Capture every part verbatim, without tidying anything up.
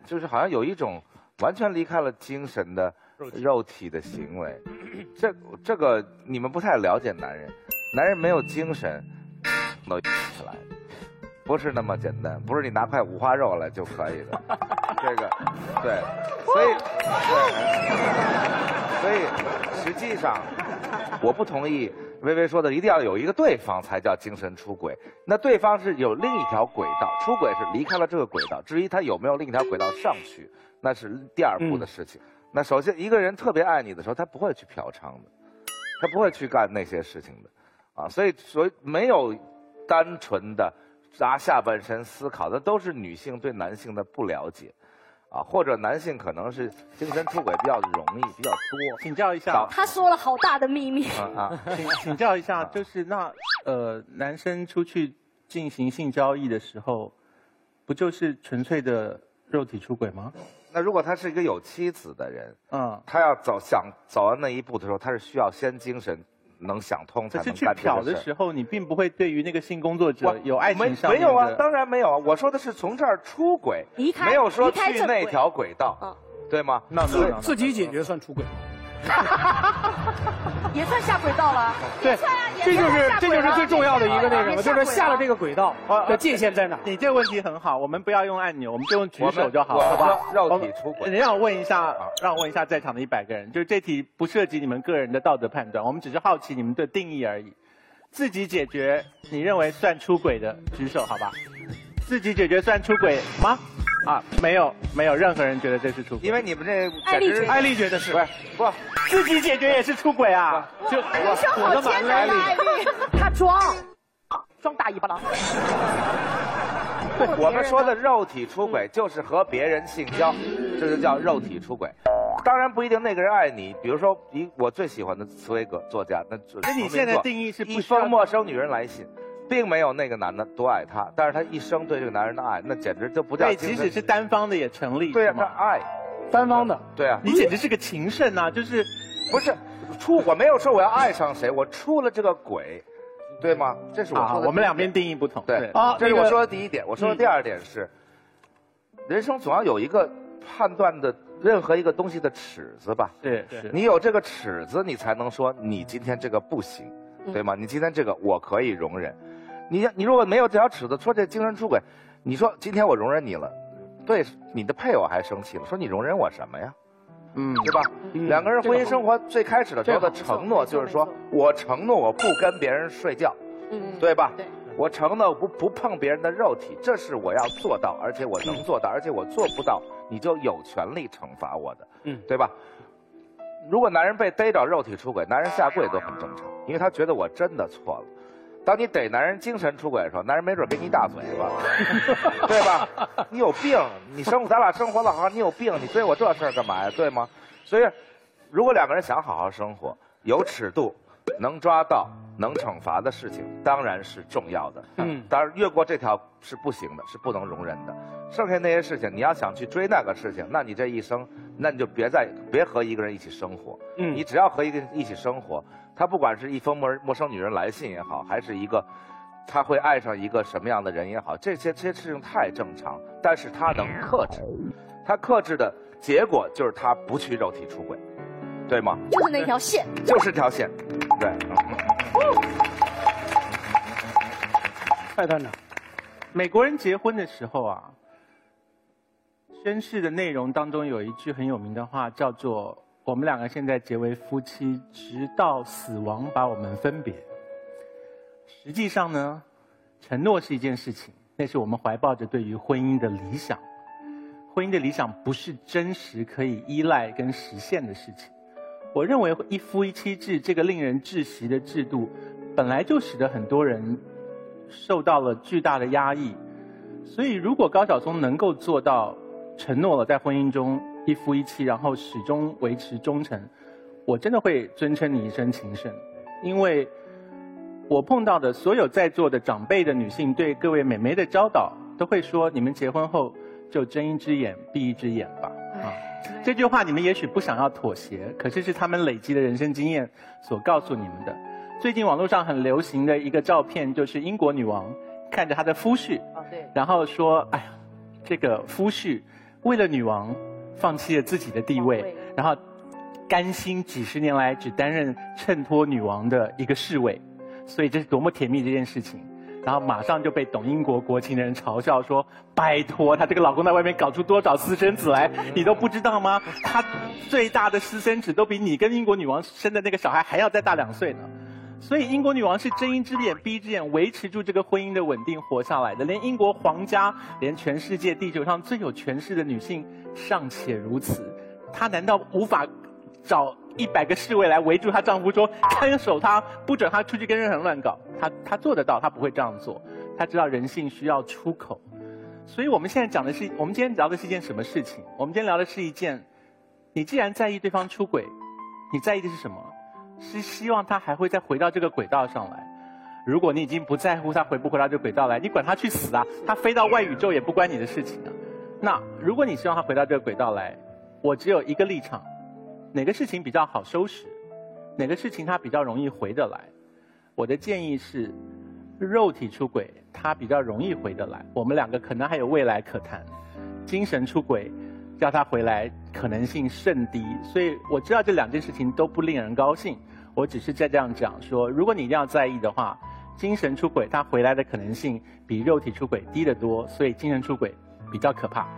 就是好像有一种完全离开了精神的肉体的行为。这这个你们不太了解男人，男人没有精神都起来，不是那么简单，不是你拿块五花肉来就可以的。这个，对，所以对，所以实际上我不同意薇薇说的，一定要有一个对方才叫精神出轨。那对方是有另一条轨道，出轨是离开了这个轨道。至于他有没有另一条轨道上去，那是第二步的事情。嗯、那首先，一个人特别爱你的时候，他不会去嫖娼的，他不会去干那些事情的，啊，所以所以没有单纯的拿下半身思考的，都是女性对男性的不了解。啊，或者男性可能是精神出轨比较容易，比较多。 请教一下， 他说了好大的秘密。 啊啊， 请请教一下，就是那呃，男生出去进行性交易的时候，不就是纯粹的肉体出轨吗？ 那如果他是一个有妻子的人， 嗯， 他要走想走到那一步的时候，他是需要先精神能想通才能干这个事。 可是去嫖的时候，你并不会对于那个性工作者有爱情上面的。没有啊，当然没有啊。我说的是从这儿出轨， 离开， 没有说去那条轨道，嗯、对吗？ 那自自己解决算出轨吗？ 也算下轨道了。 对，这就是这就是最重要的一个那个，就是下了这个轨道的界限在哪？ 你这个问题很好，我们不要用按钮，我们就用举手就好，好吧？ 肉体出轨。 让我问一下，让我问一下在场的一百个人，就是这题不涉及你们个人的道德判断，我们只是好奇你们的定义而已。自己解决，你认为算出轨的举手，好吧？自己解决算出轨吗？啊，没有，没有任何人觉得这是出轨， 因为你们这艾丽艾丽觉得是， 不是不， 自己解决也是出轨啊！ 就我我的蛮来艾丽，他装装大尾巴狼。 我们说的肉体出轨就是和别人性交，这就叫肉体出轨。当然不一定那个人爱你，比如说一我最喜欢的茨威格作家，那那你现在定义是一封陌生女人来信。并没有那个男的多爱她，但是她一生对这个男人的爱，那简直就不叫对，即使是单方的也成立。 对呀、啊，他爱， 单方的。 对啊， 你简直是个情圣啊！就是， 不是出我没有说我要爱上谁，我出了这个轨，对吗？这是我说的、 啊。我们两边定义不同。 对啊，这是我说的第一点。我说的第二点是，嗯、人生总要有一个判断的任何一个东西的尺子吧？ 是是。 你有这个尺子，你才能说你今天这个不行，对吗？你今天这个我可以容忍。你你如果没有这条尺子，说这精神出轨，你说今天我容忍你了，对你的配偶还生气了，说你容忍我什么呀？嗯，对吧？嗯、两个人婚姻生活最开始的时候的承诺就是说，我承诺我不跟别人睡觉，嗯，对吧？对，我承诺不不碰别人的肉体，这是我要做到，而且我能做到，而且我做不到，你就有权利惩罚我的，嗯，对吧？如果男人被逮着肉体出轨，男人下跪都很正常，因为他觉得我真的错了。当你逮男人精神出轨的时候，男人没准给你一大嘴巴，对吧？你有病，你生咱俩生活的好，你有病，你追我这事儿干嘛呀？对吗？所以，如果两个人想好好生活，有尺度，能抓到、能惩罚的事情，当然是重要的。嗯，当然越过这条是不行的，是不能容忍的。剩下那些事情，你要想去追那个事情，那你这一生，那你就别再别和一个人一起生活。嗯，你只要和一个人一起生活。他不管是一封陌陌生女人来信也好，还是一个他会爱上一个什么样的人也好，这些这些事情太正常，但是他能克制，他克制的结果就是他不去肉体出轨，对吗？ 就是那条线， 就是条线，对。 蔡探长， 美国人结婚的时候啊，宣誓的内容当中有一句很有名的话，叫做我们两个现在结为夫妻，直到死亡把我们分别。实际上呢，承诺是一件事情，那是我们怀抱着对于婚姻的理想。婚姻的理想不是真实可以依赖跟实现的事情。我认为一夫一妻制这个令人窒息的制度，本来就使得很多人受到了巨大的压抑。所以如果高晓松能够做到承诺了在婚姻中一夫一妻，然后始终维持忠诚，我真的会尊称你一声情圣。因为我碰到的所有在座的长辈的女性对各位美眉的教导，都会说你们结婚后就睁一只眼闭一只眼吧。啊，这句话你们也许不想要妥协，可是是他们累积的人生经验所告诉你们的。最近网络上很流行的一个照片，就是英国女王看着她的夫婿，然后说：“哎呀，这个夫婿为了女王放弃了自己的地位，然后甘心几十年来只担任衬托女王的一个侍卫，所以这是多么甜蜜的一件事情。然后马上就被懂英国国情的人嘲笑说：“拜托，她这个老公在外面搞出多少私生子来，你都不知道吗？他最大的私生子都比你跟英国女王生的那个小孩还要再大两岁呢。”所以英国女王是睁一只眼闭一只眼维持住这个婚姻的稳定活下来的。连英国皇家，连全世界地球上最有权势的女性尚且如此，她难道无法找一百个侍卫来围住她丈夫说看守她，不准她出去跟任何人乱搞？她她做得到，她不会这样做。她知道人性需要出口。所以我们现在讲的是，我们今天聊的是一件什么事情？我们今天聊的是一件，你既然在意对方出轨，你在意的是什么？是希望他还会再回到这个轨道上来。如果你已经不在乎他回不回到这个轨道来，你管他去死啊！他飞到外宇宙也不关你的事情啊。那如果你希望他回到这个轨道来，我只有一个立场：哪个事情比较好收拾，哪个事情他比较容易回得来。我的建议是，肉体出轨他比较容易回得来，我们两个可能还有未来可谈。精神出轨，叫他回来可能性甚低。所以我知道这两件事情都不令人高兴。我只是在这样讲说，如果你一定要在意的话，精神出轨他回来的可能性比肉体出轨低得多，所以精神出轨比较可怕。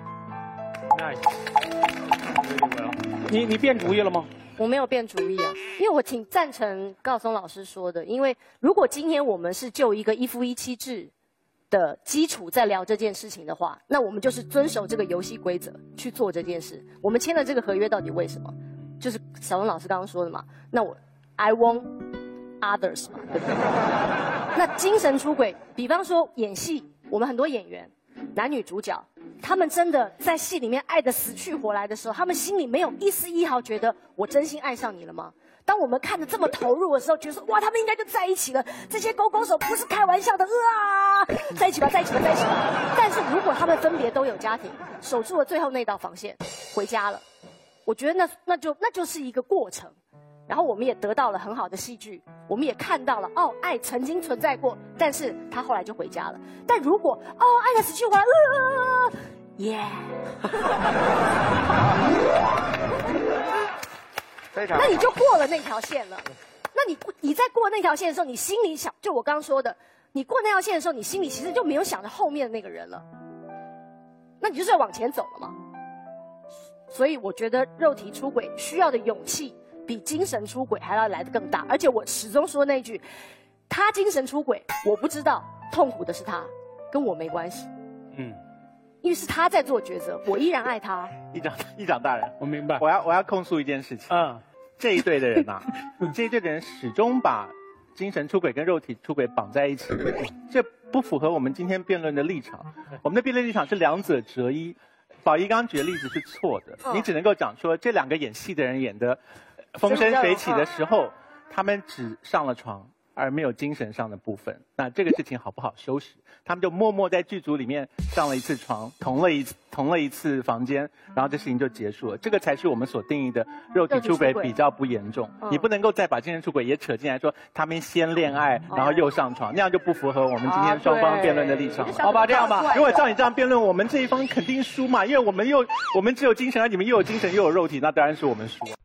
你你变主意了吗？ 我没有变主意啊，因为我挺赞成高松老师说的，因为如果今天我们是就一个一夫一妻制的基础在聊这件事情的话，那我们就是遵守这个游戏规则去做这件事。我们签了这个合约到底为什么？就是小龙老师刚刚说的嘛，那我 I want others 嘛，对不对？那精神出轨，比方说演戏，我们很多演员，男女主角，他们真的在戏里面爱得死去活来的时候，他们心里没有一丝一毫觉得我真心爱上你了吗？当我们看得这么投入的时候，觉得说哇，他们应该就在一起了，这些勾勾手不是开玩笑的啊，在一起吧，在一起吧，在一起吧。但是如果他们分别都有家庭，守住了最后那道防线，回家了，我觉得那那就那就是一个过程。然后我们也得到了很好的戏剧，我们也看到了哦，爱曾经存在过，但是他后来就回家了。但如果哦，爱得死去活来，呃，耶， 非常， 那你就过了那条线了。那你你在过那条线的时候，你心里想，就我刚刚说的，你过那条线的时候，你心里其实就没有想着后面的那个人了，那你就是要往前走了嘛。所以我觉得肉体出轨需要的勇气比精神出轨还要来得更大。而且我始终说那句，他精神出轨我不知道，痛苦的是他，跟我没关系。嗯，因为是他在做抉择，我依然爱他。 议长，议长大人， 我明白。 我要我要控诉一件事情。嗯，这一对的人啊，这一对的人始终把精神出轨跟肉体出轨绑在一起，这不符合我们今天辩论的立场。我们的辩论立场是两者择一。宝仪刚刚举的例子是错的，你只能够讲说这两个演戏的人演的风生水起的时候，他们只上了床，而没有精神上的部分。那这个事情好不好收拾？他们就默默在剧组里面上了一次床，同了一同了一次房间，然后这事情就结束了。这个才是我们所定义的肉体出轨比较不严重。你不能够再把精神出轨也扯进来说他们先恋爱，然后又上床，那样就不符合我们今天双方辩论的立场了。好吧，这样吧，如果照你这样辩论，我们这一方肯定输嘛，因为我们又我们只有精神，而你们又有精神又有肉体，那当然是我们输。